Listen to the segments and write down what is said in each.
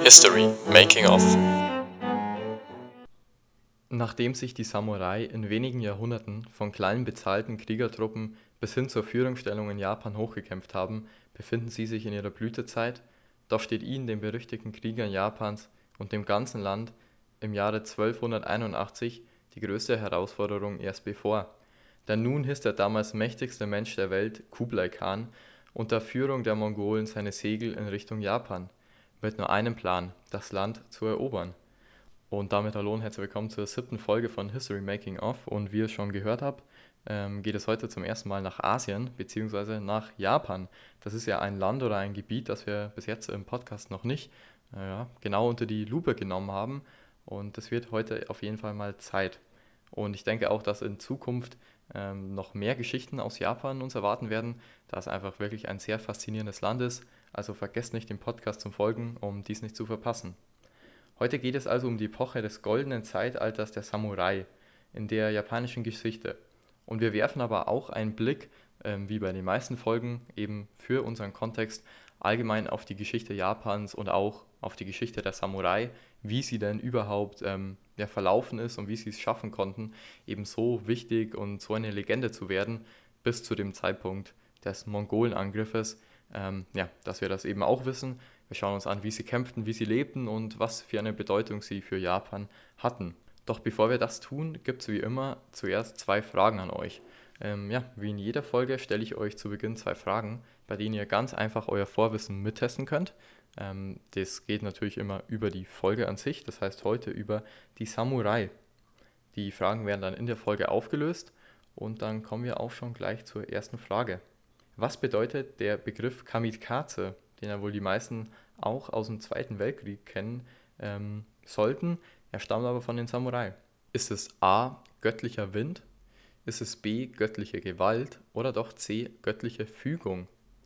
History Making of. Nachdem sich die Samurai in wenigen Jahrhunderten von kleinen bezahlten Kriegertruppen bis hin zur Führungsstellung in Japan hochgekämpft haben, befinden sie sich in ihrer Blütezeit, doch steht ihnen, den berüchtigten Kriegern Japans und dem ganzen Land, im Jahre 1281 die größte Herausforderung erst bevor. Denn nun hisst der damals mächtigste Mensch der Welt, Kublai Khan, unter Führung der Mongolen seine Segel in Richtung Japan, mit nur einem Plan, das Land zu erobern. Und damit hallo und herzlich willkommen zur 7. Folge von History Making Of. Und wie ihr schon gehört habt, geht es heute zum ersten Mal nach Asien bzw. nach Japan. Das ist ja ein Land oder ein Gebiet, das wir bis jetzt im Podcast noch nicht genau unter die Lupe genommen haben. Und das wird heute auf jeden Fall mal Zeit. Und ich denke auch, dass in Zukunft noch mehr Geschichten aus Japan uns erwarten werden, da es einfach wirklich ein sehr faszinierendes Land ist. Also vergesst nicht, den Podcast zu folgen, um dies nicht zu verpassen. Heute geht es also um die Epoche des goldenen Zeitalters der Samurai in der japanischen Geschichte. Und wir werfen aber auch einen Blick, wie bei den meisten Folgen, eben für unseren Kontext allgemein auf die Geschichte Japans und auch auf die Geschichte der Samurai, wie sie denn überhaupt verlaufen ist und wie sie es schaffen konnten, eben so wichtig und so eine Legende zu werden, bis zu dem Zeitpunkt des Mongolenangriffes, dass wir das eben auch wissen. Wir schauen uns an, wie sie kämpften, wie sie lebten und was für eine Bedeutung sie für Japan hatten. Doch bevor wir das tun, gibt es wie immer zuerst 2 Fragen an euch. Wie in jeder Folge stelle ich euch zu Beginn 2 Fragen, bei denen ihr ganz einfach euer Vorwissen mittesten könnt. Das geht natürlich immer über die Folge an sich, das heißt heute über die Samurai. Die Fragen werden dann in der Folge aufgelöst und dann kommen wir auch schon gleich zur ersten Frage. Was bedeutet der Begriff Kamikaze, den ja wohl die meisten auch aus dem Zweiten Weltkrieg kennen sollten? Er stammt aber von den Samurai. Ist es A, göttlicher Wind? Ist es B, göttliche Gewalt? Oder doch C, göttliche Fügung?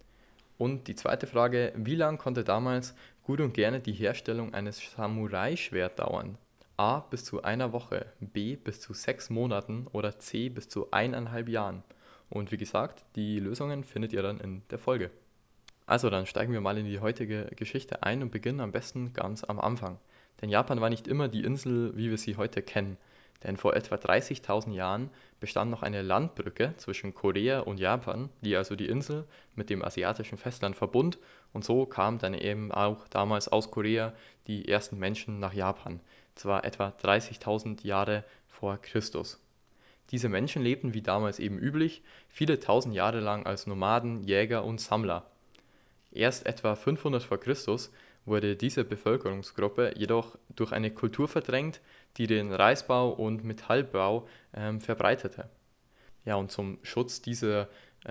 Und die zweite Frage, wie lang konnte damals gut und gerne die Herstellung eines Samurai-Schwert dauern? A, bis zu einer Woche, B, bis zu 6 Monaten oder C, bis zu 1,5 Jahren. Und wie gesagt, die Lösungen findet ihr dann in der Folge. Also dann steigen wir mal in die heutige Geschichte ein und beginnen am besten ganz am Anfang. Denn Japan war nicht immer die Insel, wie wir sie heute kennen. Denn vor etwa 30.000 Jahren bestand noch eine Landbrücke zwischen Korea und Japan, die also die Insel mit dem asiatischen Festland verbund. Und so kamen dann eben auch damals aus Korea die ersten Menschen nach Japan. Zwar etwa 30.000 Jahre vor Christus. Diese Menschen lebten wie damals eben üblich, viele tausend Jahre lang als Nomaden, Jäger und Sammler. Erst etwa 500 vor Christus wurde diese Bevölkerungsgruppe jedoch durch eine Kultur verdrängt, die den Reisbau und Metallbau verbreitete. Ja, und zum Schutz dieser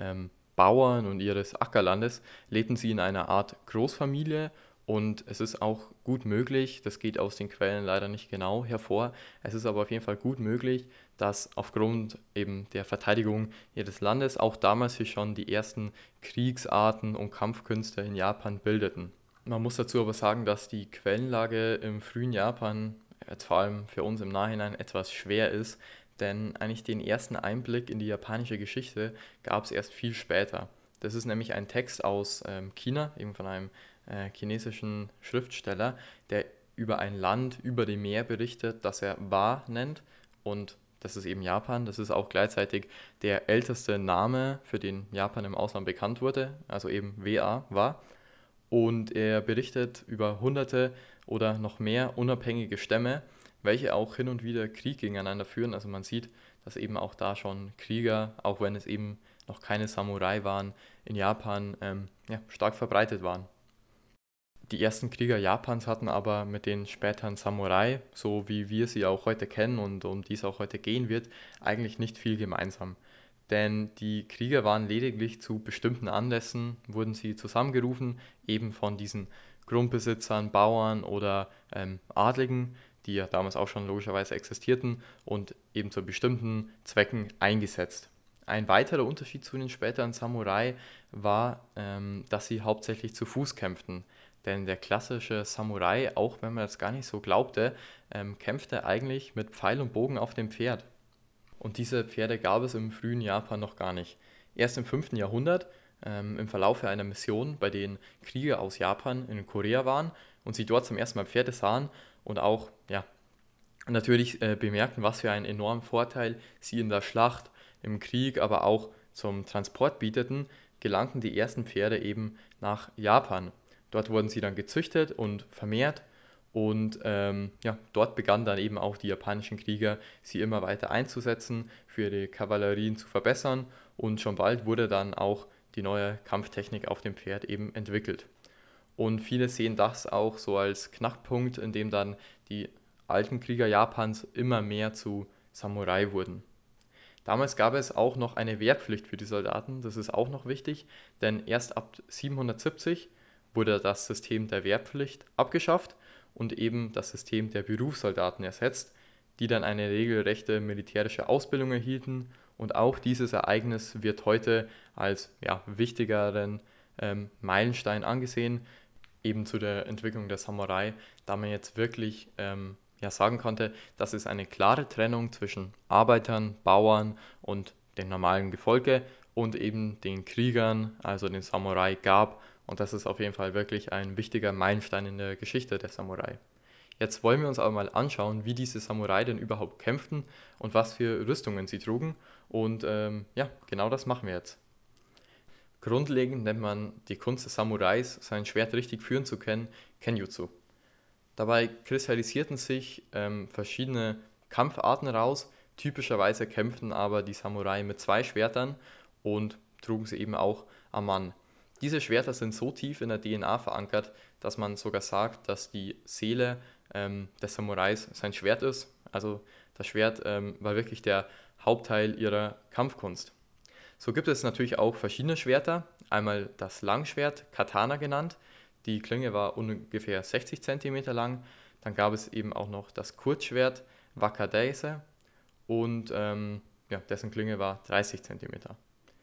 Bauern und ihres Ackerlandes lebten sie in einer Art Großfamilie und es ist auch gut möglich, das geht aus den Quellen leider nicht genau hervor, es ist aber auf jeden Fall gut möglich, dass aufgrund eben der Verteidigung ihres Landes auch damals sich schon die ersten Kriegsarten und Kampfkünste in Japan bildeten. Man muss dazu aber sagen, dass die Quellenlage im frühen Japan, jetzt vor allem für uns im Nachhinein, etwas schwer ist, denn eigentlich den ersten Einblick in die japanische Geschichte gab es erst viel später. Das ist nämlich ein Text aus China, eben von einem chinesischen Schriftsteller, der über ein Land über dem Meer berichtet, das er Wa nennt, und das ist eben Japan. Das ist auch gleichzeitig der älteste Name, für den Japan im Ausland bekannt wurde, also eben Wa. Und er berichtet über hunderte oder noch mehr unabhängige Stämme, welche auch hin und wieder Krieg gegeneinander führen. Also man sieht, dass eben auch da schon Krieger, auch wenn es eben noch keine Samurai waren, in Japan stark verbreitet waren. Die ersten Krieger Japans hatten aber mit den späteren Samurai, so wie wir sie auch heute kennen und um die es auch heute gehen wird, eigentlich nicht viel gemeinsam. Denn die Krieger waren lediglich zu bestimmten Anlässen, wurden sie zusammengerufen, eben von diesen Grundbesitzern, Bauern oder Adligen, die ja damals auch schon logischerweise existierten und eben zu bestimmten Zwecken eingesetzt. Ein weiterer Unterschied zu den späteren Samurai war, dass sie hauptsächlich zu Fuß kämpften. Denn der klassische Samurai, auch wenn man das gar nicht so glaubte, kämpfte eigentlich mit Pfeil und Bogen auf dem Pferd. Und diese Pferde gab es im frühen Japan noch gar nicht. Erst im 5. Jahrhundert im Verlaufe einer Mission, bei denen Krieger aus Japan in Korea waren und sie dort zum ersten Mal Pferde sahen und auch natürlich bemerkten, was für einen enormen Vorteil sie in der Schlacht, im Krieg, aber auch zum Transport bieteten, gelangten die ersten Pferde eben nach Japan. Dort wurden sie dann gezüchtet und vermehrt und dort begannen dann eben auch die japanischen Krieger, sie immer weiter einzusetzen, für ihre Kavallerien zu verbessern und schon bald wurde dann auch die neue Kampftechnik auf dem Pferd eben entwickelt. Und viele sehen das auch so als Knackpunkt, in dem dann die alten Krieger Japans immer mehr zu Samurai wurden. Damals gab es auch noch eine Wehrpflicht für die Soldaten, das ist auch noch wichtig, denn erst ab 770 wurde das System der Wehrpflicht abgeschafft und eben das System der Berufssoldaten ersetzt, die dann eine regelrechte militärische Ausbildung erhielten und auch dieses Ereignis wird heute als wichtigeren Meilenstein angesehen, eben zu der Entwicklung der Samurai, da man jetzt wirklich sagen konnte, dass es eine klare Trennung zwischen Arbeitern, Bauern und dem normalen Gefolge und eben den Kriegern, also den Samurai, gab. Und das ist auf jeden Fall wirklich ein wichtiger Meilenstein in der Geschichte der Samurai. Jetzt wollen wir uns aber mal anschauen, wie diese Samurai denn überhaupt kämpften und was für Rüstungen sie trugen. Und genau das machen wir jetzt. Grundlegend nennt man die Kunst des Samurais, sein Schwert richtig führen zu können, Kenjutsu. Dabei kristallisierten sich verschiedene Kampfarten raus. Typischerweise kämpften aber die Samurai mit zwei Schwertern und trugen sie eben auch am Mann. Diese Schwerter sind so tief in der DNA verankert, dass man sogar sagt, dass die Seele des Samurais sein Schwert ist. Also das Schwert war wirklich der Hauptteil ihrer Kampfkunst. So gibt es natürlich auch verschiedene Schwerter. Einmal das Langschwert, Katana genannt. Die Klinge war ungefähr 60 cm lang. Dann gab es eben auch noch das Kurzschwert, Wakadeise. Und dessen Klinge war 30 cm.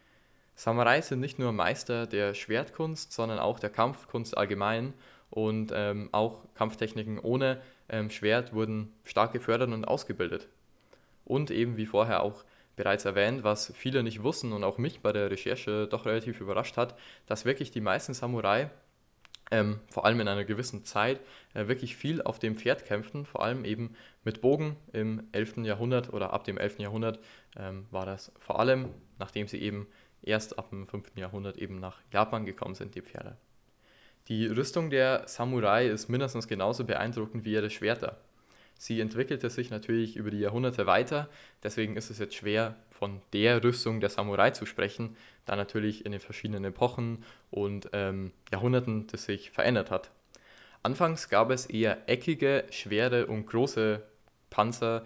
Samurai sind nicht nur Meister der Schwertkunst, sondern auch der Kampfkunst allgemein. Und auch Kampftechniken ohne Schwert wurden stark gefördert und ausgebildet. Und eben wie vorher auch bereits erwähnt, was viele nicht wussten und auch mich bei der Recherche doch relativ überrascht hat, dass wirklich die meisten Samurai, vor allem in einer gewissen Zeit, wirklich viel auf dem Pferd kämpften, vor allem eben mit Bogen im 11. Jahrhundert oder ab dem 11. Jahrhundert war das vor allem, nachdem sie eben erst ab dem 5. Jahrhundert eben nach Japan gekommen sind, die Pferde. Die Rüstung der Samurai ist mindestens genauso beeindruckend wie ihre Schwerter. Sie entwickelte sich natürlich über die Jahrhunderte weiter, deswegen ist es jetzt schwer, von der Rüstung der Samurai zu sprechen, da natürlich in den verschiedenen Epochen und Jahrhunderten das sich verändert hat. Anfangs gab es eher eckige, schwere und große Panzer,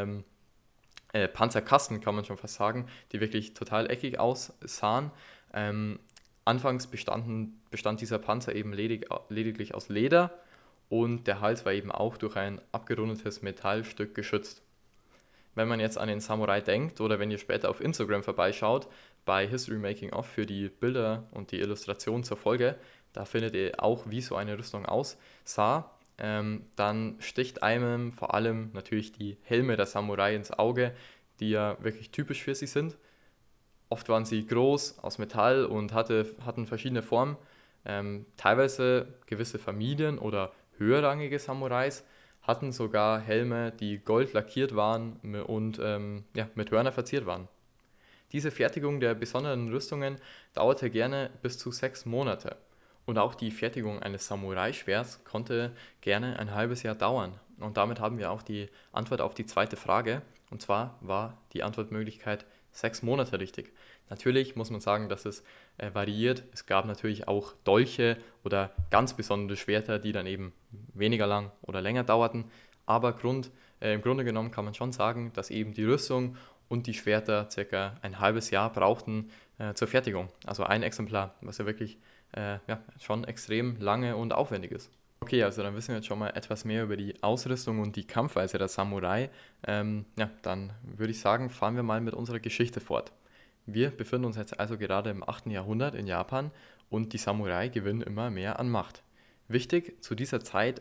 Panzerkasten kann man schon fast sagen, die wirklich total eckig aussahen. Anfangs bestand dieser Panzer eben lediglich aus Leder und der Hals war eben auch durch ein abgerundetes Metallstück geschützt. Wenn man jetzt an den Samurai denkt oder wenn ihr später auf Instagram vorbeischaut, bei History Making Off für die Bilder und die Illustrationen zur Folge, da findet ihr auch, wie so eine Rüstung aussah. Dann sticht einem vor allem natürlich die Helme der Samurai ins Auge, die ja wirklich typisch für sie sind. Oft waren sie groß, aus Metall und hatten verschiedene Formen. Teilweise gewisse Familien oder höherrangige Samurais hatten sogar Helme, die gold lackiert waren und mit Hörner verziert waren. Diese Fertigung der besonderen Rüstungen dauerte gerne bis zu 6 Monate. Und auch die Fertigung eines Samurai-Schwerts konnte gerne ein halbes Jahr dauern. Und damit haben wir auch die Antwort auf die zweite Frage. Und zwar war die Antwortmöglichkeit 6 Monate richtig. Natürlich muss man sagen, dass es variiert. Es gab natürlich auch Dolche oder ganz besondere Schwerter, die dann eben weniger lang oder länger dauerten. Aber im Grunde genommen kann man schon sagen, dass eben die Rüstung und die Schwerter circa ein halbes Jahr brauchten zur Fertigung. Also ein Exemplar, was ja wirklich schon extrem lange und aufwendig ist. Okay, also dann wissen wir jetzt schon mal etwas mehr über die Ausrüstung und die Kampfweise der Samurai. Dann würde ich sagen, fahren wir mal mit unserer Geschichte fort. Wir befinden uns jetzt also gerade im 8. Jahrhundert in Japan und die Samurai gewinnen immer mehr an Macht. Wichtig, zu dieser Zeit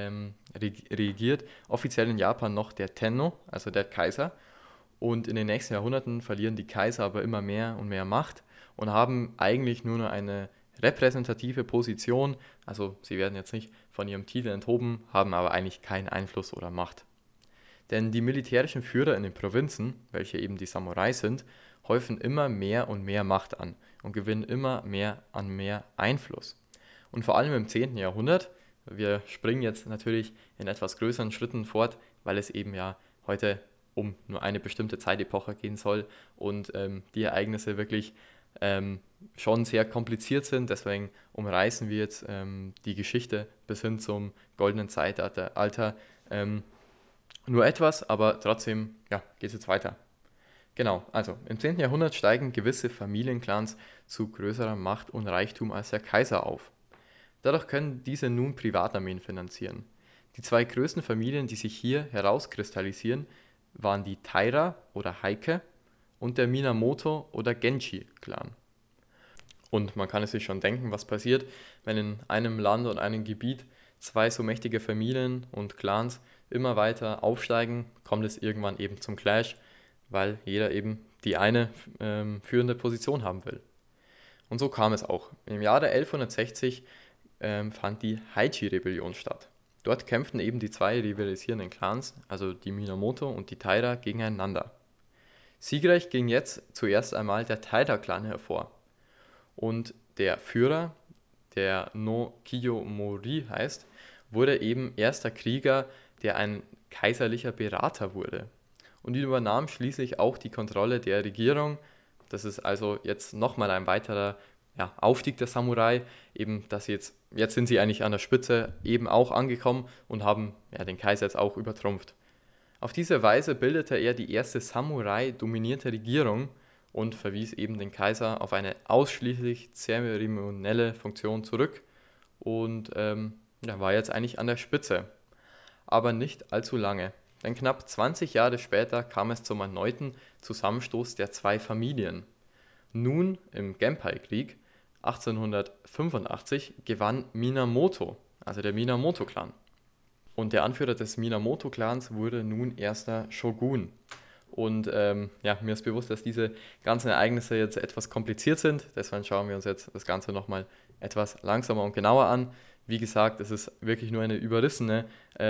regiert offiziell in Japan noch der Tenno, also der Kaiser. Und in den nächsten Jahrhunderten verlieren die Kaiser aber immer mehr und mehr Macht und haben eigentlich nur noch eine repräsentative Position, also sie werden jetzt nicht von ihrem Titel enthoben, haben aber eigentlich keinen Einfluss oder Macht. Denn die militärischen Führer in den Provinzen, welche eben die Samurai sind, häufen immer mehr und mehr Macht an und gewinnen immer mehr an mehr Einfluss. Und vor allem im 10. Jahrhundert, wir springen jetzt natürlich in etwas größeren Schritten fort, weil es eben ja heute um nur eine bestimmte Zeitepoche gehen soll und die Ereignisse wirklich schon sehr kompliziert sind. Deswegen umreißen wir jetzt die Geschichte bis hin zum goldenen Zeitalter nur etwas, aber trotzdem ja, geht es jetzt weiter. Genau, also im 10. Jahrhundert steigen gewisse Familienclans zu größerer Macht und Reichtum als der Kaiser auf. Dadurch können diese nun Privatarmeen finanzieren. Die zwei größten Familien, die sich hier herauskristallisieren, waren die Taira oder Heike und der Minamoto oder Genji-Clan. Und man kann es sich schon denken, was passiert, wenn in einem Land und einem Gebiet zwei so mächtige Familien und Clans immer weiter aufsteigen, kommt es irgendwann eben zum Clash, weil jeder eben die eine führende Position haben will. Und so kam es auch. Im Jahre 1160 fand die Heichi-Rebellion statt. Dort kämpften eben die zwei rivalisierenden Clans, also die Minamoto und die Taira, gegeneinander. Siegreich ging jetzt zuerst einmal der Taira-Clan hervor. Und der Führer, der no Kiyomori heißt, wurde eben erster Krieger, der ein kaiserlicher Berater wurde. Und übernahm schließlich auch die Kontrolle der Regierung. Das ist also jetzt nochmal ein weiterer Aufstieg der Samurai, eben dass jetzt sind sie eigentlich an der Spitze eben auch angekommen und haben den Kaiser jetzt auch übertrumpft. Auf diese Weise bildete er die erste Samurai-dominierte Regierung und verwies eben den Kaiser auf eine ausschließlich zeremonielle Funktion zurück und war jetzt eigentlich an der Spitze. Aber nicht allzu lange, denn knapp 20 Jahre später kam es zum erneuten Zusammenstoß der zwei Familien. Nun im Genpei-Krieg 1885 gewann Minamoto, also der Minamoto-Clan. Und der Anführer des Minamoto-Clans wurde nun erster Shogun. Und mir ist bewusst, dass diese ganzen Ereignisse jetzt etwas kompliziert sind. Deswegen schauen wir uns jetzt das Ganze nochmal etwas langsamer und genauer an. Wie gesagt, es ist wirklich nur eine überrissener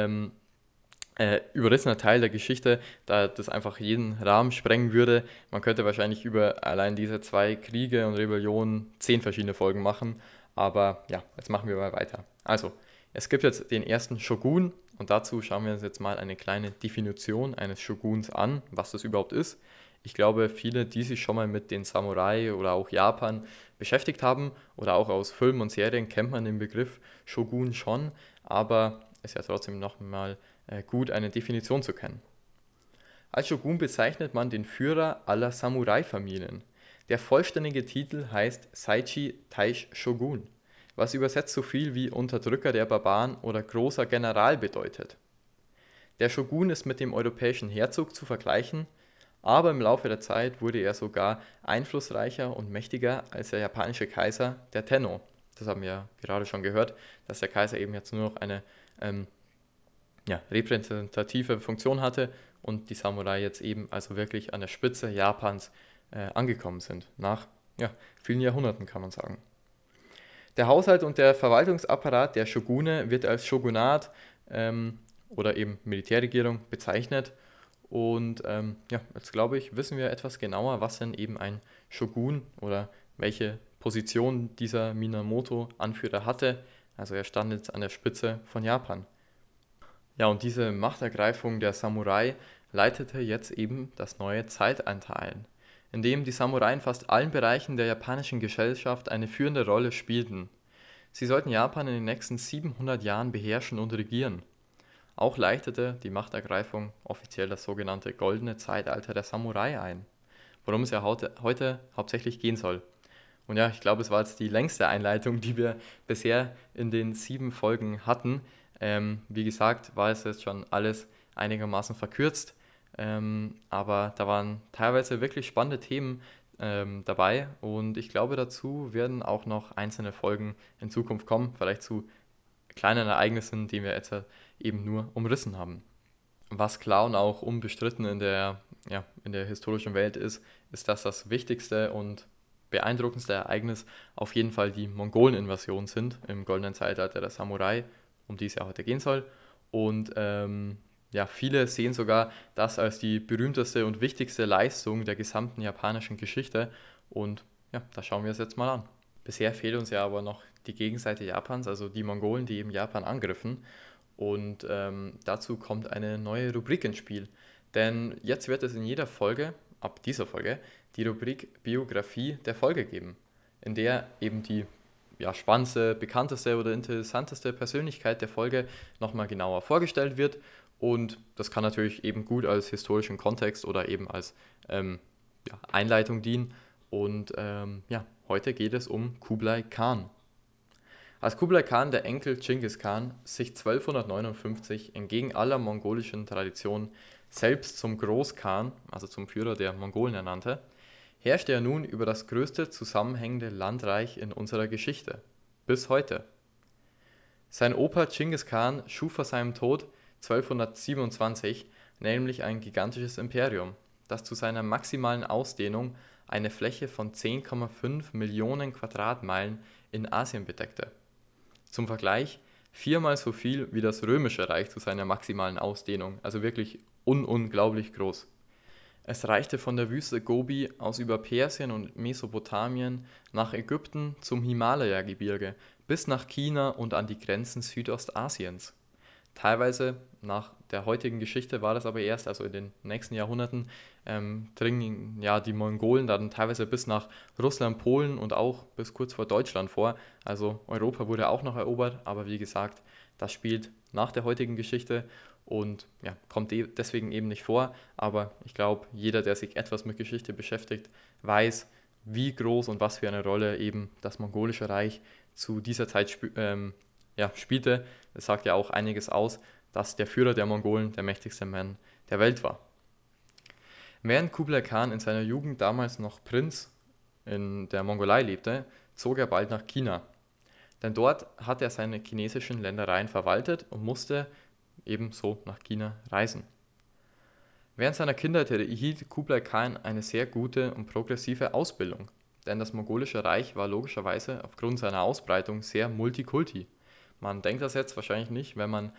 Teil der Geschichte, da das einfach jeden Rahmen sprengen würde. Man könnte wahrscheinlich über allein diese zwei Kriege und Rebellionen 10 verschiedene Folgen machen. Aber ja, jetzt machen wir mal weiter. Also, es gibt jetzt den ersten Shogun und dazu schauen wir uns jetzt mal eine kleine Definition eines Shoguns an, was das überhaupt ist. Ich glaube, viele, die sich schon mal mit den Samurai oder auch Japan beschäftigt haben oder auch aus Filmen und Serien, kennt man den Begriff Shogun schon, aber es ist ja trotzdem nochmal gut, eine Definition zu kennen. Als Shogun bezeichnet man den Führer aller Samurai-Familien. Der vollständige Titel heißt Saichi Taish Shogun, was übersetzt so viel wie Unterdrücker der Barbaren oder großer General bedeutet. Der Shogun ist mit dem europäischen Herzog zu vergleichen, aber im Laufe der Zeit wurde er sogar einflussreicher und mächtiger als der japanische Kaiser, der Tenno. Das haben wir ja gerade schon gehört, dass der Kaiser eben jetzt nur noch eine repräsentative Funktion hatte und die Samurai jetzt eben also wirklich an der Spitze Japans angekommen sind, nach vielen Jahrhunderten kann man sagen. Der Haushalt und der Verwaltungsapparat der Shogune wird als Shogunat oder eben Militärregierung bezeichnet. Und jetzt glaube ich, wissen wir etwas genauer, was denn eben ein Shogun oder welche Position dieser Minamoto-Anführer hatte. Also er stand jetzt an der Spitze von Japan. Ja, und diese Machtergreifung der Samurai leitete jetzt eben das neue Zeitalter ein, in dem die Samurai in fast allen Bereichen der japanischen Gesellschaft eine führende Rolle spielten. Sie sollten Japan in den nächsten 700 Jahren beherrschen und regieren. Auch leitete die Machtergreifung offiziell das sogenannte Goldene Zeitalter der Samurai ein, worum es ja heute hauptsächlich gehen soll. Und ja, ich glaube, es war jetzt die längste Einleitung, die wir bisher in den 7 Folgen hatten. Wie gesagt, war es jetzt schon alles einigermaßen verkürzt, aber da waren teilweise wirklich spannende Themen dabei und ich glaube, dazu werden auch noch einzelne Folgen in Zukunft kommen, vielleicht zu kleinen Ereignissen, die wir jetzt eben nur umrissen haben. Was klar und auch unbestritten in der historischen Welt ist, ist, dass das wichtigste und beeindruckendste Ereignis auf jeden Fall die Mongolen-Invasion sind im goldenen Zeitalter der Samurai, um die es ja heute gehen soll. Und ja, viele sehen sogar das als die berühmteste und wichtigste Leistung der gesamten japanischen Geschichte. Und ja, da schauen wir es jetzt mal an. Bisher fehlt uns ja aber noch die Gegenseite Japans, also die Mongolen, die eben Japan angriffen. Und dazu kommt eine neue Rubrik ins Spiel. Denn jetzt wird es in jeder Folge, ab dieser Folge, die Rubrik Biografie der Folge geben, in der eben die spannendste, bekannteste oder interessanteste Persönlichkeit der Folge nochmal genauer vorgestellt wird. Und das kann natürlich eben gut als historischen Kontext oder eben als Einleitung dienen. Und heute geht es um Kublai Khan. Als Kublai Khan, der Enkel Chinggis Khan, sich 1259 entgegen aller mongolischen Traditionen selbst zum Großkhan, also zum Führer der Mongolen ernannte, herrschte er nun über das größte zusammenhängende Landreich in unserer Geschichte. Bis heute. Sein Opa Chinggis Khan schuf vor seinem Tod 1227 nämlich ein gigantisches Imperium, das zu seiner maximalen Ausdehnung eine Fläche von 10,5 Millionen Quadratmeilen in Asien bedeckte. Zum Vergleich, viermal so viel wie das Römische Reich zu seiner maximalen Ausdehnung, also wirklich unglaublich groß. Es reichte von der Wüste Gobi aus über Persien und Mesopotamien nach Ägypten zum Himalaya-Gebirge bis nach China und an die Grenzen Südostasiens. Teilweise nach der heutigen Geschichte war das aber erst, also in den nächsten Jahrhunderten, dringen ja die Mongolen dann teilweise bis nach Russland, Polen und auch bis kurz vor Deutschland vor. Also Europa wurde auch noch erobert, aber wie gesagt, das spielt nach der heutigen Geschichte und ja, kommt deswegen eben nicht vor. Aber ich glaube, jeder, der sich etwas mit Geschichte beschäftigt, weiß, wie groß und was für eine Rolle eben das mongolische Reich zu dieser Zeit spielte. Das sagt ja auch einiges aus, dass der Führer der Mongolen der mächtigste Mann der Welt war. Während Kublai Khan in seiner Jugend damals noch Prinz in der Mongolei lebte, zog er bald nach China. Denn dort hat er seine chinesischen Ländereien verwaltet und musste ebenso nach China reisen. Während seiner Kindheit erhielt Kublai Khan eine sehr gute und progressive Ausbildung, denn das mongolische Reich war logischerweise aufgrund seiner Ausbreitung sehr multikulti. Man denkt das jetzt wahrscheinlich nicht, wenn man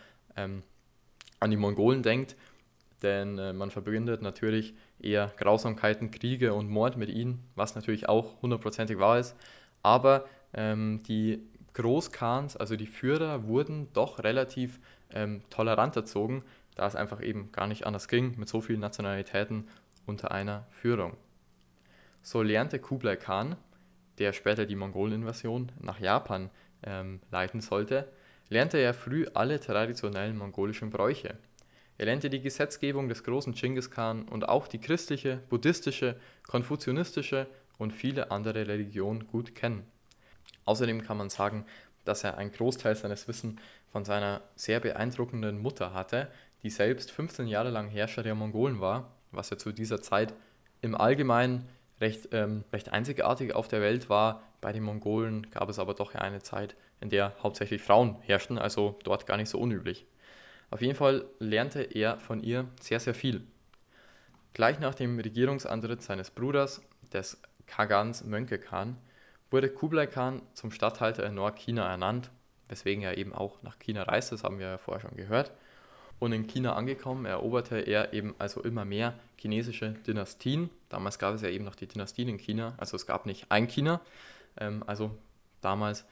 an die Mongolen denkt, denn man verbindet natürlich eher Grausamkeiten, Kriege und Mord mit ihnen, was natürlich auch hundertprozentig wahr ist. Aber die Großkhans, also die Führer, wurden doch relativ tolerant erzogen, da es einfach eben gar nicht anders ging mit so vielen Nationalitäten unter einer Führung. So lernte Kublai Khan, der später die Mongolen-Invasion nach Japan leiten sollte, lernte er früh alle traditionellen mongolischen Bräuche. Er lernte die Gesetzgebung des großen Chinggis Khan und auch die christliche, buddhistische, konfuzianistische und viele andere Religionen gut kennen. Außerdem kann man sagen, dass er einen Großteil seines Wissens von seiner sehr beeindruckenden Mutter hatte, die selbst 15 Jahre lang Herrscher der Mongolen war, was ja zu dieser Zeit im Allgemeinen recht einzigartig auf der Welt war. Bei den Mongolen gab es aber doch eine Zeit, in der hauptsächlich Frauen herrschten, also dort gar nicht so unüblich. Auf jeden Fall lernte er von ihr sehr, sehr viel. Gleich nach dem Regierungsantritt seines Bruders, des Khagans Möngke Khan, wurde Kublai Khan zum Statthalter in Nordchina ernannt, weswegen er eben auch nach China reiste, das haben wir ja vorher schon gehört. Und in China angekommen, eroberte er eben also immer mehr chinesische Dynastien. Damals gab es ja eben noch die Dynastien in China, also es gab nicht ein China. Also damals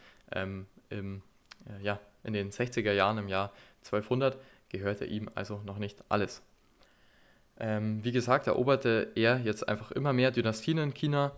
in den 60er Jahren im Jahr 1200 gehörte ihm also noch nicht alles. Wie gesagt, eroberte er jetzt einfach immer mehr Dynastien in China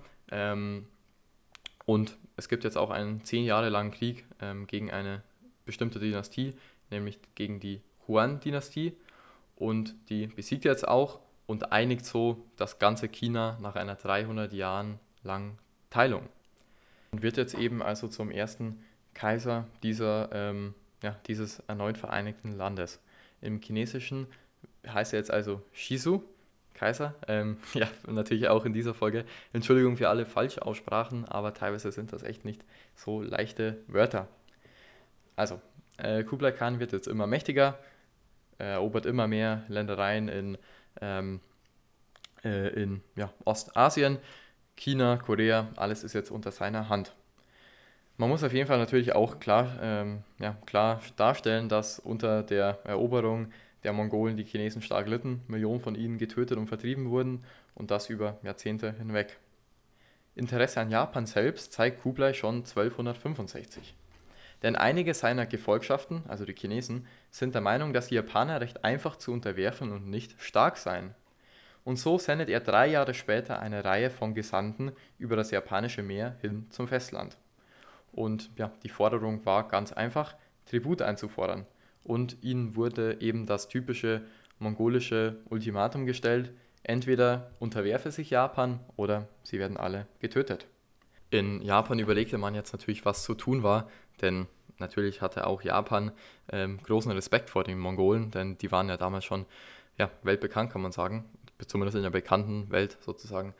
und es gibt jetzt auch einen 10 Jahre langen Krieg gegen eine bestimmte Dynastie, nämlich gegen die Huan-Dynastie, und die besiegt er jetzt auch und einigt so das ganze China nach einer 300 Jahren langen Teilung. Und wird jetzt eben also zum ersten Kaiser dieses erneut vereinigten Landes. Im Chinesischen heißt er jetzt also Shizu, Kaiser. Natürlich auch in dieser Folge. Entschuldigung für alle Falschaussprachen, aber teilweise sind das echt nicht so leichte Wörter. Also, Kublai Khan wird jetzt immer mächtiger, erobert immer mehr Ländereien in Ostasien. China, Korea, alles ist jetzt unter seiner Hand. Man muss auf jeden Fall natürlich auch klar darstellen, dass unter der Eroberung der Mongolen die Chinesen stark litten, Millionen von ihnen getötet und vertrieben wurden und das über Jahrzehnte hinweg. Interesse an Japan selbst zeigt Kublai schon 1265. Denn einige seiner Gefolgschaften, also die Chinesen, sind der Meinung, dass die Japaner recht einfach zu unterwerfen und nicht stark seien. Und so sendet er 3 Jahre später eine Reihe von Gesandten über das japanische Meer hin zum Festland. Und ja, die Forderung war ganz einfach, Tribut einzufordern. Und ihnen wurde eben das typische mongolische Ultimatum gestellt, entweder unterwerfe sich Japan oder sie werden alle getötet. In Japan überlegte man jetzt natürlich, was zu tun war, denn natürlich hatte auch Japan großen Respekt vor den Mongolen, denn die waren ja damals schon weltbekannt, kann man sagen, zumindest in der bekannten Welt sozusagen.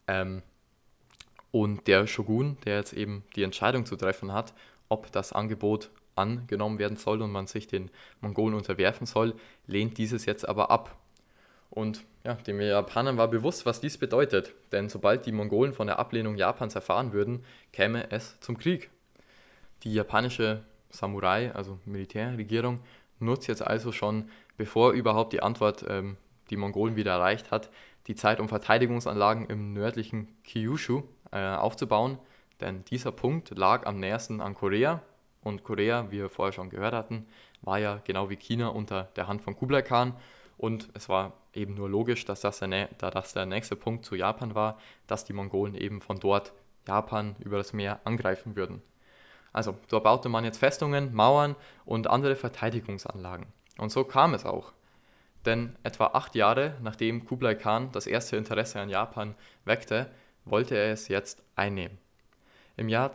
Und der Shogun, der jetzt eben die Entscheidung zu treffen hat, ob das Angebot angenommen werden soll und man sich den Mongolen unterwerfen soll, lehnt dieses jetzt aber ab. Und ja, den Japanern war bewusst, was dies bedeutet, denn sobald die Mongolen von der Ablehnung Japans erfahren würden, käme es zum Krieg. Die japanische Samurai, also Militärregierung, nutzt jetzt also schon, bevor überhaupt die Antwort die Mongolen wieder erreicht hat, die Zeit, um Verteidigungsanlagen im nördlichen Kyushu aufzubauen, denn dieser Punkt lag am nächsten an Korea und Korea, wie wir vorher schon gehört hatten, war ja genau wie China unter der Hand von Kublai Khan und es war eben nur logisch, da das der nächste Punkt zu Japan war, dass die Mongolen eben von dort Japan über das Meer angreifen würden. Also, dort baute man jetzt Festungen, Mauern und andere Verteidigungsanlagen. Und so kam es auch. Denn etwa 8 Jahre nachdem Kublai Khan das erste Interesse an Japan weckte, wollte er es jetzt einnehmen. Im Jahr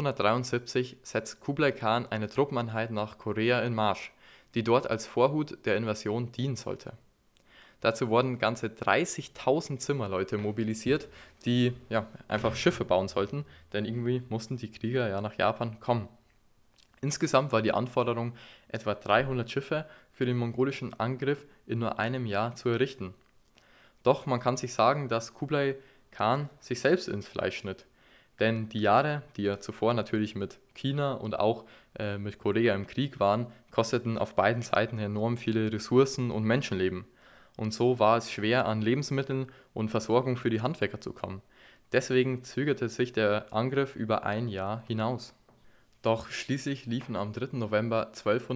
1273 setzt Kublai Khan eine Truppeneinheit nach Korea in Marsch, die dort als Vorhut der Invasion dienen sollte. Dazu wurden ganze 30.000 Zimmerleute mobilisiert, die einfach Schiffe bauen sollten, denn irgendwie mussten die Krieger ja nach Japan kommen. Insgesamt war die Anforderung, etwa 300 Schiffe für den mongolischen Angriff in nur einem Jahr zu errichten. Doch man kann sich sagen, dass Kublai Khan sich selbst ins Fleisch schnitt. Denn die Jahre, die er zuvor natürlich mit China und auch mit Korea im Krieg waren, kosteten auf beiden Seiten enorm viele Ressourcen und Menschenleben. Und so war es schwer, an Lebensmitteln und Versorgung für die Handwerker zu kommen. Deswegen zögerte sich der Angriff über ein Jahr hinaus. Doch schließlich liefen am 3. November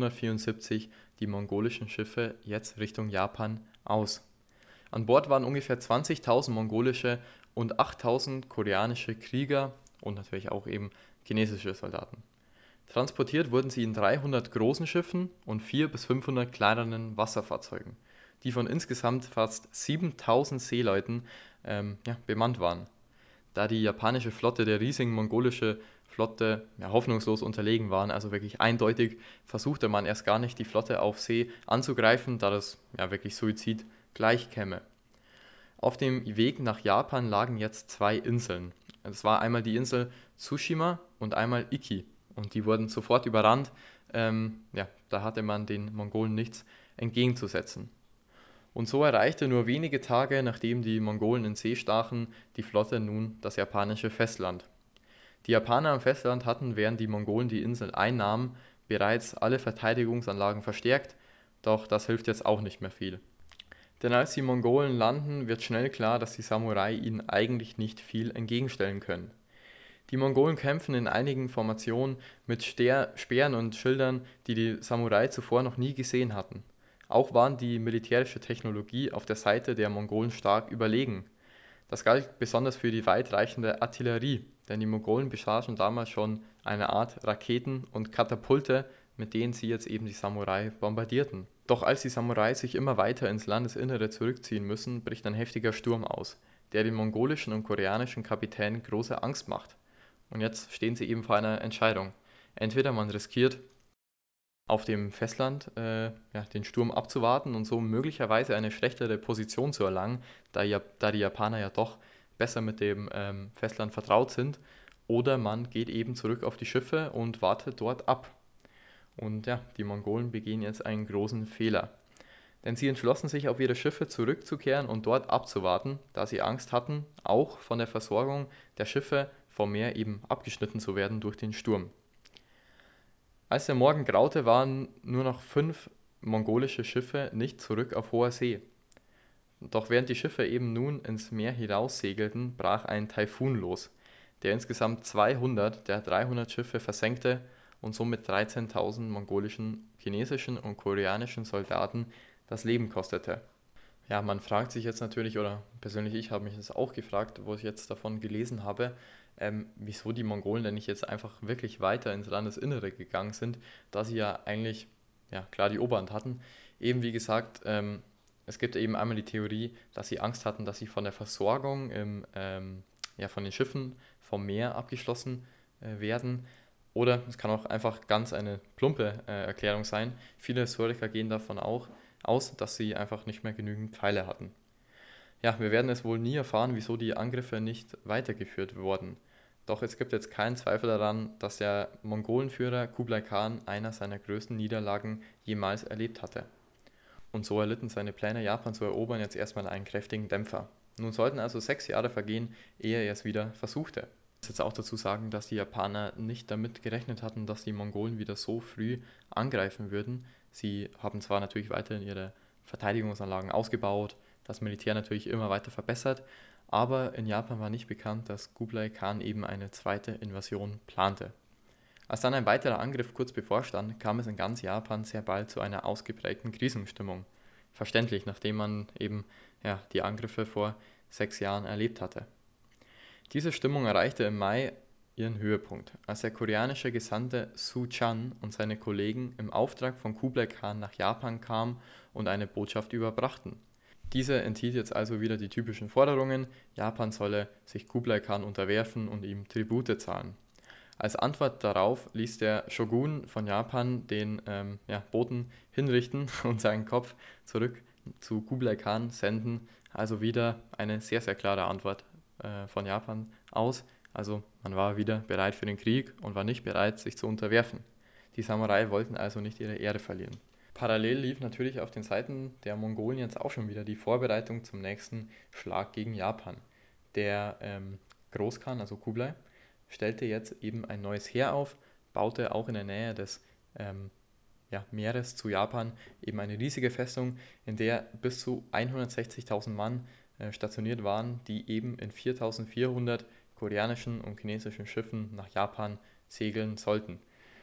1274 die mongolischen Schiffe jetzt Richtung Japan aus. An Bord waren ungefähr 20.000 mongolische und 8.000 koreanische Krieger und natürlich auch eben chinesische Soldaten. Transportiert wurden sie in 300 großen Schiffen und 400 bis 500 kleineren Wasserfahrzeugen, die von insgesamt fast 7.000 Seeleuten bemannt waren. Da die japanische Flotte der riesigen mongolischen Flotte hoffnungslos unterlegen waren, also wirklich eindeutig, versuchte man erst gar nicht, die Flotte auf See anzugreifen, da das wirklich Suizid gleichkäme. Auf dem Weg nach Japan lagen jetzt 2 Inseln. Es war einmal die Insel Tsushima und einmal Iki. Und die wurden sofort überrannt. Da hatte man den Mongolen nichts entgegenzusetzen. Und so erreichte nur wenige Tage, nachdem die Mongolen in See stachen, die Flotte nun das japanische Festland. Die Japaner am Festland hatten, während die Mongolen die Insel einnahmen, bereits alle Verteidigungsanlagen verstärkt, doch das hilft jetzt auch nicht mehr viel. Denn als die Mongolen landen, wird schnell klar, dass die Samurai ihnen eigentlich nicht viel entgegenstellen können. Die Mongolen kämpfen in einigen Formationen mit Speeren und Schildern, die die Samurai zuvor noch nie gesehen hatten. Auch waren die militärische Technologie auf der Seite der Mongolen stark überlegen. Das galt besonders für die weitreichende Artillerie, denn die Mongolen besaßen damals schon eine Art Raketen und Katapulte, mit denen sie jetzt eben die Samurai bombardierten. Doch als die Samurai sich immer weiter ins Landesinnere zurückziehen müssen, bricht ein heftiger Sturm aus, der den mongolischen und koreanischen Kapitänen große Angst macht. Und jetzt stehen sie eben vor einer Entscheidung. Entweder man riskiert, auf dem Festland den Sturm abzuwarten und so möglicherweise eine schlechtere Position zu erlangen, da die Japaner ja doch besser mit dem Festland vertraut sind, oder man geht eben zurück auf die Schiffe und wartet dort ab. Und ja, die Mongolen begehen jetzt einen großen Fehler. Denn sie entschlossen sich, auf ihre Schiffe zurückzukehren und dort abzuwarten, da sie Angst hatten, auch von der Versorgung der Schiffe vom Meer eben abgeschnitten zu werden durch den Sturm. Als der Morgen graute, waren nur noch 5 mongolische Schiffe nicht zurück auf hoher See. Doch während die Schiffe eben nun ins Meer hinaussegelten, brach ein Taifun los, der insgesamt 200 der 300 Schiffe versenkte und somit 13.000 mongolischen, chinesischen und koreanischen Soldaten das Leben kostete. Ja, man fragt sich jetzt natürlich, oder persönlich ich habe mich das auch gefragt, wo ich jetzt davon gelesen habe, wieso die Mongolen denn nicht jetzt einfach wirklich weiter ins Landesinnere gegangen sind, da sie ja eigentlich, ja klar, die Oberhand hatten. Eben wie gesagt, es gibt eben einmal die Theorie, dass sie Angst hatten, dass sie von der Versorgung ja, von den Schiffen vom Meer abgeschlossen werden. Oder es kann auch einfach ganz eine plumpe Erklärung sein. Viele Historiker gehen davon auch aus, dass sie einfach nicht mehr genügend Pfeile hatten. Ja, wir werden es wohl nie erfahren, wieso die Angriffe nicht weitergeführt wurden. Doch es gibt jetzt keinen Zweifel daran, dass der Mongolenführer Kublai Khan einer seiner größten Niederlagen jemals erlebt hatte. Und so erlitten seine Pläne, Japan zu erobern, jetzt erstmal einen kräftigen Dämpfer. Nun sollten also 6 Jahre vergehen, ehe er es wieder versuchte. Ich muss jetzt auch dazu sagen, dass die Japaner nicht damit gerechnet hatten, dass die Mongolen wieder so früh angreifen würden. Sie haben zwar natürlich weiterhin ihre Verteidigungsanlagen ausgebaut, das Militär natürlich immer weiter verbessert, aber in Japan war nicht bekannt, dass Kublai Khan eben eine zweite Invasion plante. Als dann ein weiterer Angriff kurz bevorstand, kam es in ganz Japan sehr bald zu einer ausgeprägten Krisenstimmung. Verständlich, nachdem man eben ja, die Angriffe vor 6 Jahren erlebt hatte. Diese Stimmung erreichte im Mai ihren Höhepunkt, als der koreanische Gesandte Su Chan und seine Kollegen im Auftrag von Kublai Khan nach Japan kamen und eine Botschaft überbrachten. Diese enthielt jetzt also wieder die typischen Forderungen, Japan solle sich Kublai Khan unterwerfen und ihm Tribute zahlen. Als Antwort darauf ließ der Shogun von Japan den ja, Boten hinrichten und seinen Kopf zurück zu Kublai Khan senden. Also wieder eine sehr, sehr klare Antwort von Japan aus. Also man war wieder bereit für den Krieg und war nicht bereit, sich zu unterwerfen. Die Samurai wollten also nicht ihre Ehre verlieren. Parallel lief natürlich auf den Seiten der Mongolen jetzt auch schon wieder die Vorbereitung zum nächsten Schlag gegen Japan. Der Großkhan, also Kublai, stellte jetzt eben ein neues Heer auf, baute auch in der Nähe des ja, Meeres zu Japan eben eine riesige Festung, in der bis zu 160.000 Mann stationiert waren, die eben in 4.400 koreanischen und chinesischen Schiffen nach Japan segeln sollten.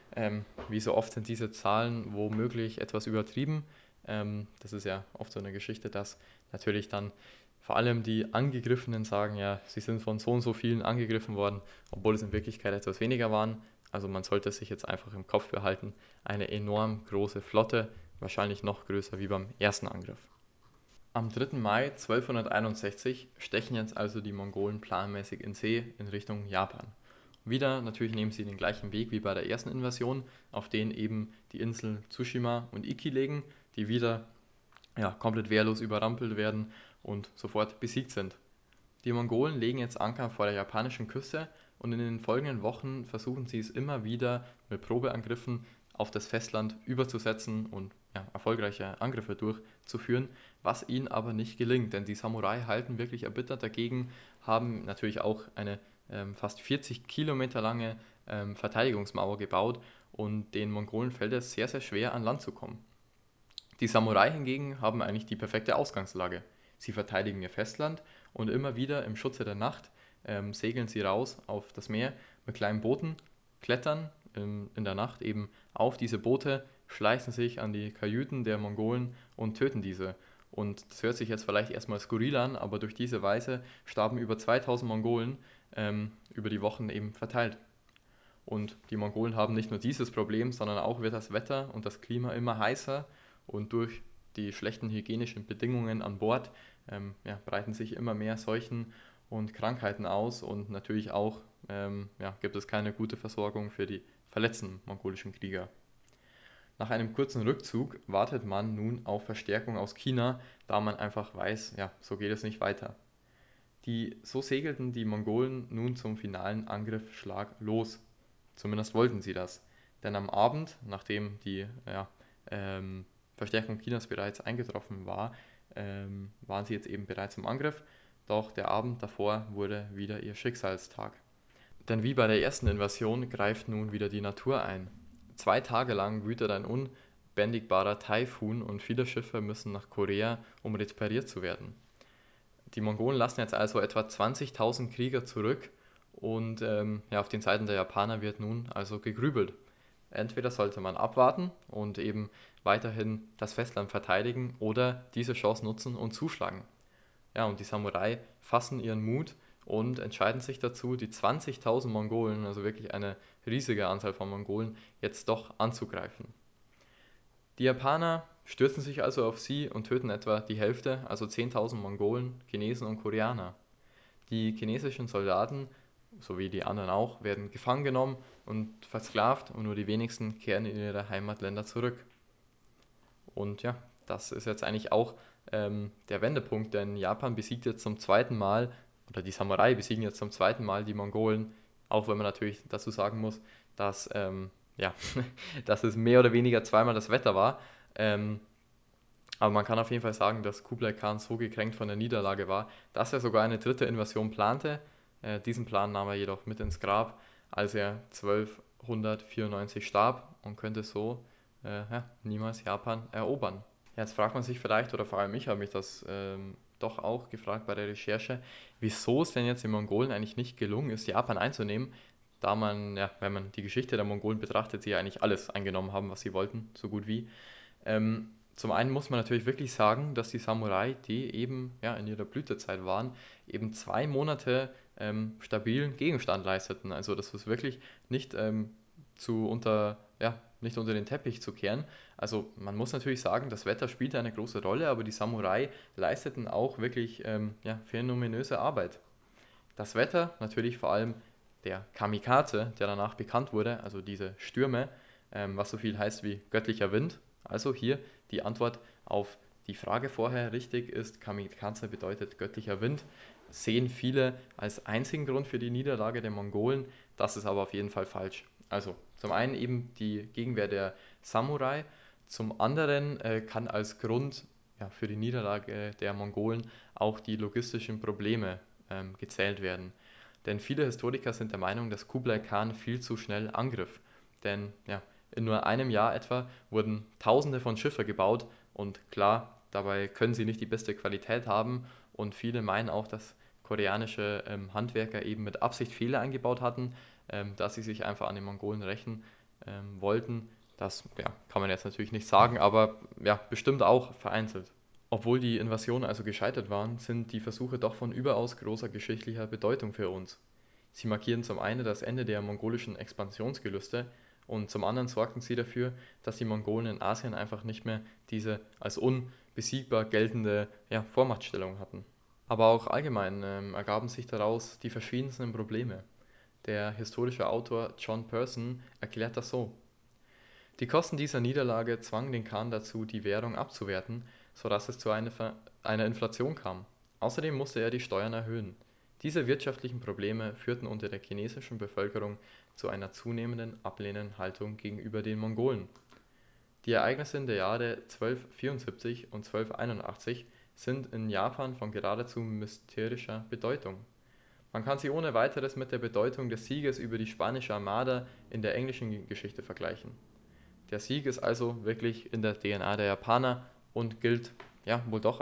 Wie so oft sind diese Zahlen womöglich etwas übertrieben. Das ist ja oft so eine Geschichte, dass natürlich dann vor allem die Angegriffenen sagen, ja, sie sind von so und so vielen angegriffen worden, obwohl es in Wirklichkeit etwas weniger waren. Also man sollte sich jetzt einfach im Kopf behalten, eine enorm große Flotte, wahrscheinlich noch größer wie beim ersten Angriff. Am 3. Mai 1261 stechen jetzt also die Mongolen planmäßig in See in Richtung Japan. Wieder natürlich nehmen sie den gleichen Weg wie bei der ersten Invasion, auf den eben die Inseln Tsushima und Iki liegen, die wieder ja, komplett wehrlos überrampelt werden und sofort besiegt sind. Die Mongolen legen jetzt Anker vor der japanischen Küste und in den folgenden Wochen versuchen sie es immer wieder mit Probeangriffen auf das Festland überzusetzen und ja, erfolgreiche Angriffe durchzuführen, was ihnen aber nicht gelingt, denn die Samurai halten wirklich erbittert dagegen, haben natürlich auch eine fast 40 Kilometer lange Verteidigungsmauer gebaut und den Mongolen fällt es sehr, sehr schwer an Land zu kommen. Die Samurai hingegen haben eigentlich die perfekte Ausgangslage. Sie verteidigen ihr Festland und immer wieder im Schutze der Nacht segeln sie raus auf das Meer mit kleinen Booten, klettern in der Nacht eben auf diese Boote, schleichen sich an die Kajüten der Mongolen und töten diese. Und das hört sich jetzt vielleicht erstmal skurril an, aber durch diese Weise starben über 2000 Mongolen über die Wochen eben verteilt. Und die Mongolen haben nicht nur dieses Problem, sondern auch wird das Wetter und das Klima immer heißer und durch die schlechten hygienischen Bedingungen an Bord ja, breiten sich immer mehr Seuchen und Krankheiten aus und natürlich auch ja, gibt es keine gute Versorgung für die verletzten mongolischen Krieger. Nach einem kurzen Rückzug wartet man nun auf Verstärkung aus China, da man einfach weiß, ja, so geht es nicht weiter. So segelten die Mongolen nun zum finalen Angriffsschlag los. Zumindest wollten sie das. Denn am Abend, nachdem die ja, Verstärkung Chinas bereits eingetroffen war, waren sie jetzt eben bereits im Angriff, doch der Abend davor wurde wieder ihr Schicksalstag. Denn wie bei der ersten Invasion greift nun wieder die Natur ein. 2 Tage lang wütet ein unbändigbarer Taifun und viele Schiffe müssen nach Korea, um repariert zu werden. Die Mongolen lassen jetzt also etwa 20.000 Krieger zurück und ja, auf den Seiten der Japaner wird nun also gegrübelt. Entweder sollte man abwarten und eben weiterhin das Festland verteidigen oder diese Chance nutzen und zuschlagen. Ja, und die Samurai fassen ihren Mut und entscheiden sich dazu, die 20.000 Mongolen, also wirklich eine riesige Anzahl von Mongolen, jetzt doch anzugreifen. Die Japaner stürzen sich also auf sie und töten etwa die Hälfte, also 10.000 Mongolen, Chinesen und Koreaner. Die chinesischen Soldaten, sowie die anderen auch, werden gefangen genommen und versklavt und nur die wenigsten kehren in ihre Heimatländer zurück. Und ja, das ist jetzt eigentlich auch der Wendepunkt, denn Japan besiegt jetzt zum zweiten Mal, oder die Samurai besiegen jetzt zum zweiten Mal die Mongolen, auch wenn man natürlich dazu sagen muss, dass, ja, dass es mehr oder weniger zweimal das Wetter war. Ähm, aber man kann auf jeden Fall sagen, dass Kublai Khan so gekränkt von der Niederlage war, dass er sogar eine dritte Invasion plante. Diesen Plan nahm er jedoch mit ins Grab, als er 1294 starb und könnte so ja, niemals Japan erobern. Jetzt fragt man sich vielleicht, oder vor allem ich habe mich das doch auch gefragt bei der Recherche, wieso es denn jetzt den Mongolen eigentlich nicht gelungen ist, Japan einzunehmen, da man, ja, wenn man die Geschichte der Mongolen betrachtet, sie ja eigentlich alles eingenommen haben, was sie wollten, so gut wie. Zum einen muss man natürlich wirklich sagen, dass die Samurai, die eben ja, in ihrer Blütezeit waren, eben 2 Monate stabilen Gegenstand leisteten. Also das ist wirklich nicht nicht unter den Teppich zu kehren. Also man muss natürlich sagen, das Wetter spielte eine große Rolle, aber die Samurai leisteten auch wirklich ja, phänomenöse Arbeit. Das Wetter, natürlich vor allem der Kamikaze, der danach bekannt wurde, also diese Stürme, was so viel heißt wie göttlicher Wind. Also hier die Antwort auf die Frage vorher richtig ist, Kamikaze bedeutet göttlicher Wind, sehen viele als einzigen Grund für die Niederlage der Mongolen, das ist aber auf jeden Fall falsch. Also zum einen eben die Gegenwehr der Samurai, zum anderen kann als Grund ja, für die Niederlage der Mongolen auch die logistischen Probleme gezählt werden. Denn viele Historiker sind der Meinung, dass Kublai Khan viel zu schnell angriff. Denn ja, in nur einem Jahr etwa wurden Tausende von Schiffen gebaut und klar, dabei können sie nicht die beste Qualität haben und viele meinen auch, dass koreanische Handwerker eben mit Absicht Fehler eingebaut hatten, dass sie sich einfach an den Mongolen rächen wollten. Das ja, kann man jetzt natürlich nicht sagen, aber ja, bestimmt auch vereinzelt. Obwohl die Invasionen also gescheitert waren, sind die Versuche doch von überaus großer geschichtlicher Bedeutung für uns. Sie markieren zum einen das Ende der mongolischen Expansionsgelüste und zum anderen sorgten sie dafür, dass die Mongolen in Asien einfach nicht mehr diese als unbesiegbar geltende ja, Vormachtstellung hatten. Aber auch allgemein ergaben sich daraus die verschiedensten Probleme. Der historische Autor John Person erklärt das so: Die Kosten dieser Niederlage zwangen den Khan dazu, die Währung abzuwerten, sodass es zu einer Inflation kam. Außerdem musste er die Steuern erhöhen. Diese wirtschaftlichen Probleme führten unter der chinesischen Bevölkerung zu einer zunehmenden ablehnenden Haltung gegenüber den Mongolen. Die Ereignisse der Jahre 1274 und 1281 sind in Japan von geradezu mystischer Bedeutung. Man kann sie ohne weiteres mit der Bedeutung des Sieges über die spanische Armada in der englischen Geschichte vergleichen. Der Sieg ist also wirklich in der DNA der Japaner und gilt ja wohl doch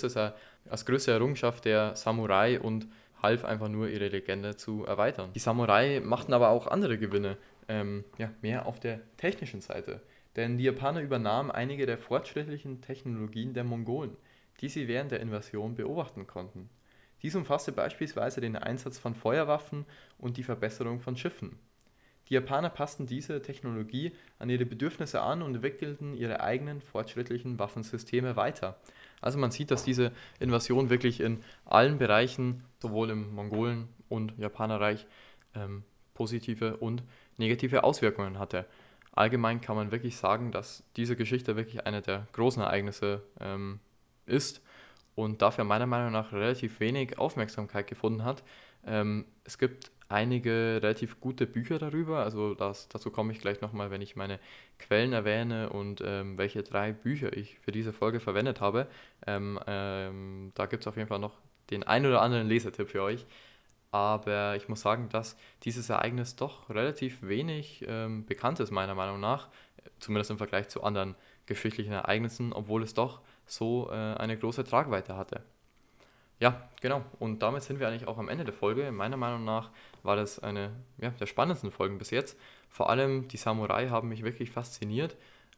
als größte Errungenschaft der Samurai und half einfach nur ihre Legende zu erweitern. Die Samurai machten aber auch andere Gewinne, ja, mehr auf der technischen Seite. Denn die Japaner übernahmen einige der fortschrittlichen Technologien der Mongolen, die sie während der Invasion beobachten konnten. Dies umfasste beispielsweise den Einsatz von Feuerwaffen und die Verbesserung von Schiffen. Die Japaner passten diese Technologie an ihre Bedürfnisse an und entwickelten ihre eigenen fortschrittlichen Waffensysteme weiter. Also man sieht, dass diese Invasion wirklich in allen Bereichen, sowohl im Mongolen- und Japanerreich, positive und negative Auswirkungen hatte. Allgemein kann man wirklich sagen, dass diese Geschichte wirklich eine der großen Ereignisse ist und dafür meiner Meinung nach relativ wenig Aufmerksamkeit gefunden hat. Es gibt einige relativ gute Bücher darüber. Also dazu komme ich gleich nochmal, wenn ich meine Quellen erwähne und welche 3 Bücher ich für diese Folge verwendet habe. Da gibt es auf jeden Fall noch den ein oder anderen Lesetipp für euch. Aber ich muss sagen, dass dieses Ereignis doch relativ wenig bekannt ist, meiner Meinung nach. Zumindest im Vergleich zu anderen geschichtlichen Ereignissen, obwohl es doch so eine große Tragweite hatte. Ja, genau. Und damit sind wir eigentlich auch am Ende der Folge. Meiner Meinung nach war das eine der spannendsten Folgen bis jetzt. Vor allem die Samurai haben mich wirklich fasziniert.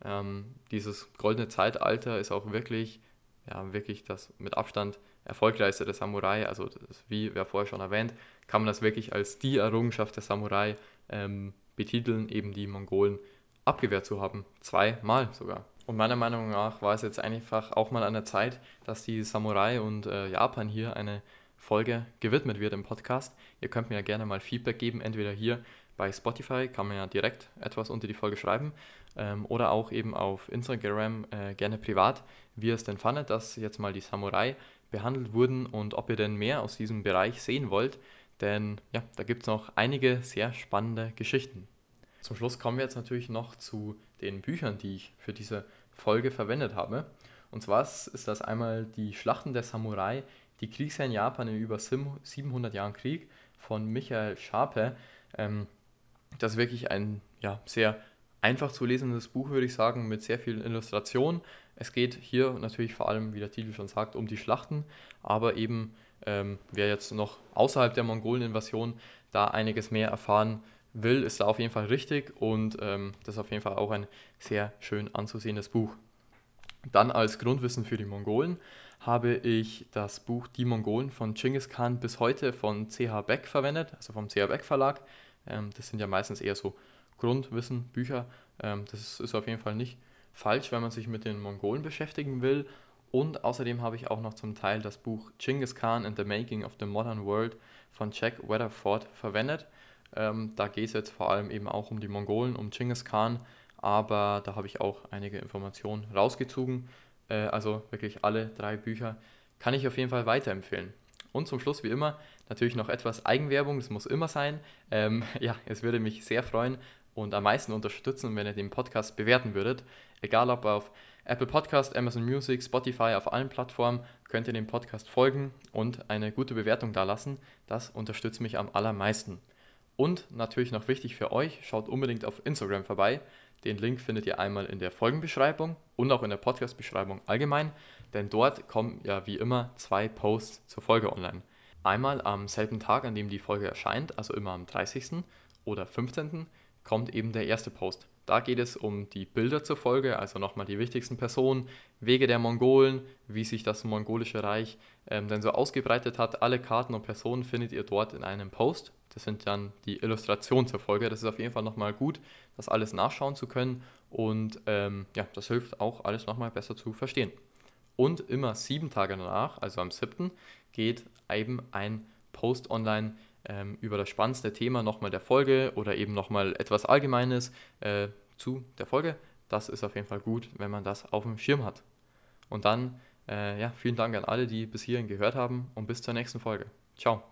Dieses goldene Zeitalter ist auch wirklich das mit Abstand erfolgreichste der Samurai. Also wie wir vorher schon erwähnt, kann man das wirklich als die Errungenschaft der Samurai betiteln, eben die Mongolen abgewehrt zu haben. 2-mal sogar. Und meiner Meinung nach war es jetzt einfach auch mal an der Zeit, dass die Samurai und Japan hier eine Folge gewidmet wird im Podcast. Ihr könnt mir ja gerne mal Feedback geben, entweder hier bei Spotify, kann man ja direkt etwas unter die Folge schreiben, oder auch eben auf Instagram gerne privat, wie ihr es denn fandet, dass jetzt mal die Samurai behandelt wurden und ob ihr denn mehr aus diesem Bereich sehen wollt, denn ja, da gibt es noch einige sehr spannende Geschichten. Zum Schluss kommen wir jetzt natürlich noch zu den Büchern, die ich für diese Folge verwendet habe. Und zwar ist das einmal die Schlachten der Samurai, die Kriegsherren Japan in über 700 Jahren Krieg von Michael Schape. Das ist wirklich ein sehr einfach zu lesendes Buch, würde ich sagen, mit sehr vielen Illustrationen. Es geht hier natürlich vor allem, wie der Titel schon sagt, um die Schlachten, aber eben wer jetzt noch außerhalb der Mongolen-Invasion da einiges mehr erfahren will, ist da auf jeden Fall richtig und das ist auf jeden Fall auch ein sehr schön anzusehendes Buch. Dann als Grundwissen für die Mongolen habe ich das Buch Die Mongolen von Genghis Khan bis heute von C.H. Beck verwendet, also vom C.H. Beck Verlag. Das sind ja meistens eher so Grundwissen-Bücher. Das ist auf jeden Fall nicht falsch, wenn man sich mit den Mongolen beschäftigen will. Und außerdem habe ich auch noch zum Teil das Buch Genghis Khan and the Making of the Modern World von Jack Weatherford verwendet. Da geht es jetzt vor allem eben auch um die Mongolen, um Genghis Khan, aber da habe ich auch einige Informationen rausgezogen. Also wirklich alle 3 Bücher kann ich auf jeden Fall weiterempfehlen. Und zum Schluss wie immer natürlich noch etwas Eigenwerbung, das muss immer sein. Es würde mich sehr freuen und am meisten unterstützen, wenn ihr den Podcast bewerten würdet. Egal ob auf Apple Podcast, Amazon Music, Spotify, auf allen Plattformen könnt ihr dem Podcast folgen und eine gute Bewertung dalassen. Das unterstützt mich am allermeisten. Und natürlich noch wichtig für euch, schaut unbedingt auf Instagram vorbei. Den Link findet ihr einmal in der Folgenbeschreibung und auch in der Podcast-Beschreibung allgemein, denn dort kommen ja wie immer 2 Posts zur Folge online. Einmal am selben Tag, an dem die Folge erscheint, also immer am 30. oder 15. kommt eben der erste Post. Da geht es um die Bilder zur Folge, also nochmal die wichtigsten Personen, Wege der Mongolen, wie sich das mongolische Reich denn so ausgebreitet hat. Alle Karten und Personen findet ihr dort in einem Post. Das sind dann die Illustrationen zur Folge. Das ist auf jeden Fall nochmal gut, das alles nachschauen zu können und das hilft auch, alles nochmal besser zu verstehen. Und immer 7 Tage danach, also am 7., geht eben ein Post online über das spannendste Thema nochmal der Folge oder eben nochmal etwas Allgemeines zu der Folge. Das ist auf jeden Fall gut, wenn man das auf dem Schirm hat. Und dann, vielen Dank an alle, die bis hierhin gehört haben und bis zur nächsten Folge. Ciao.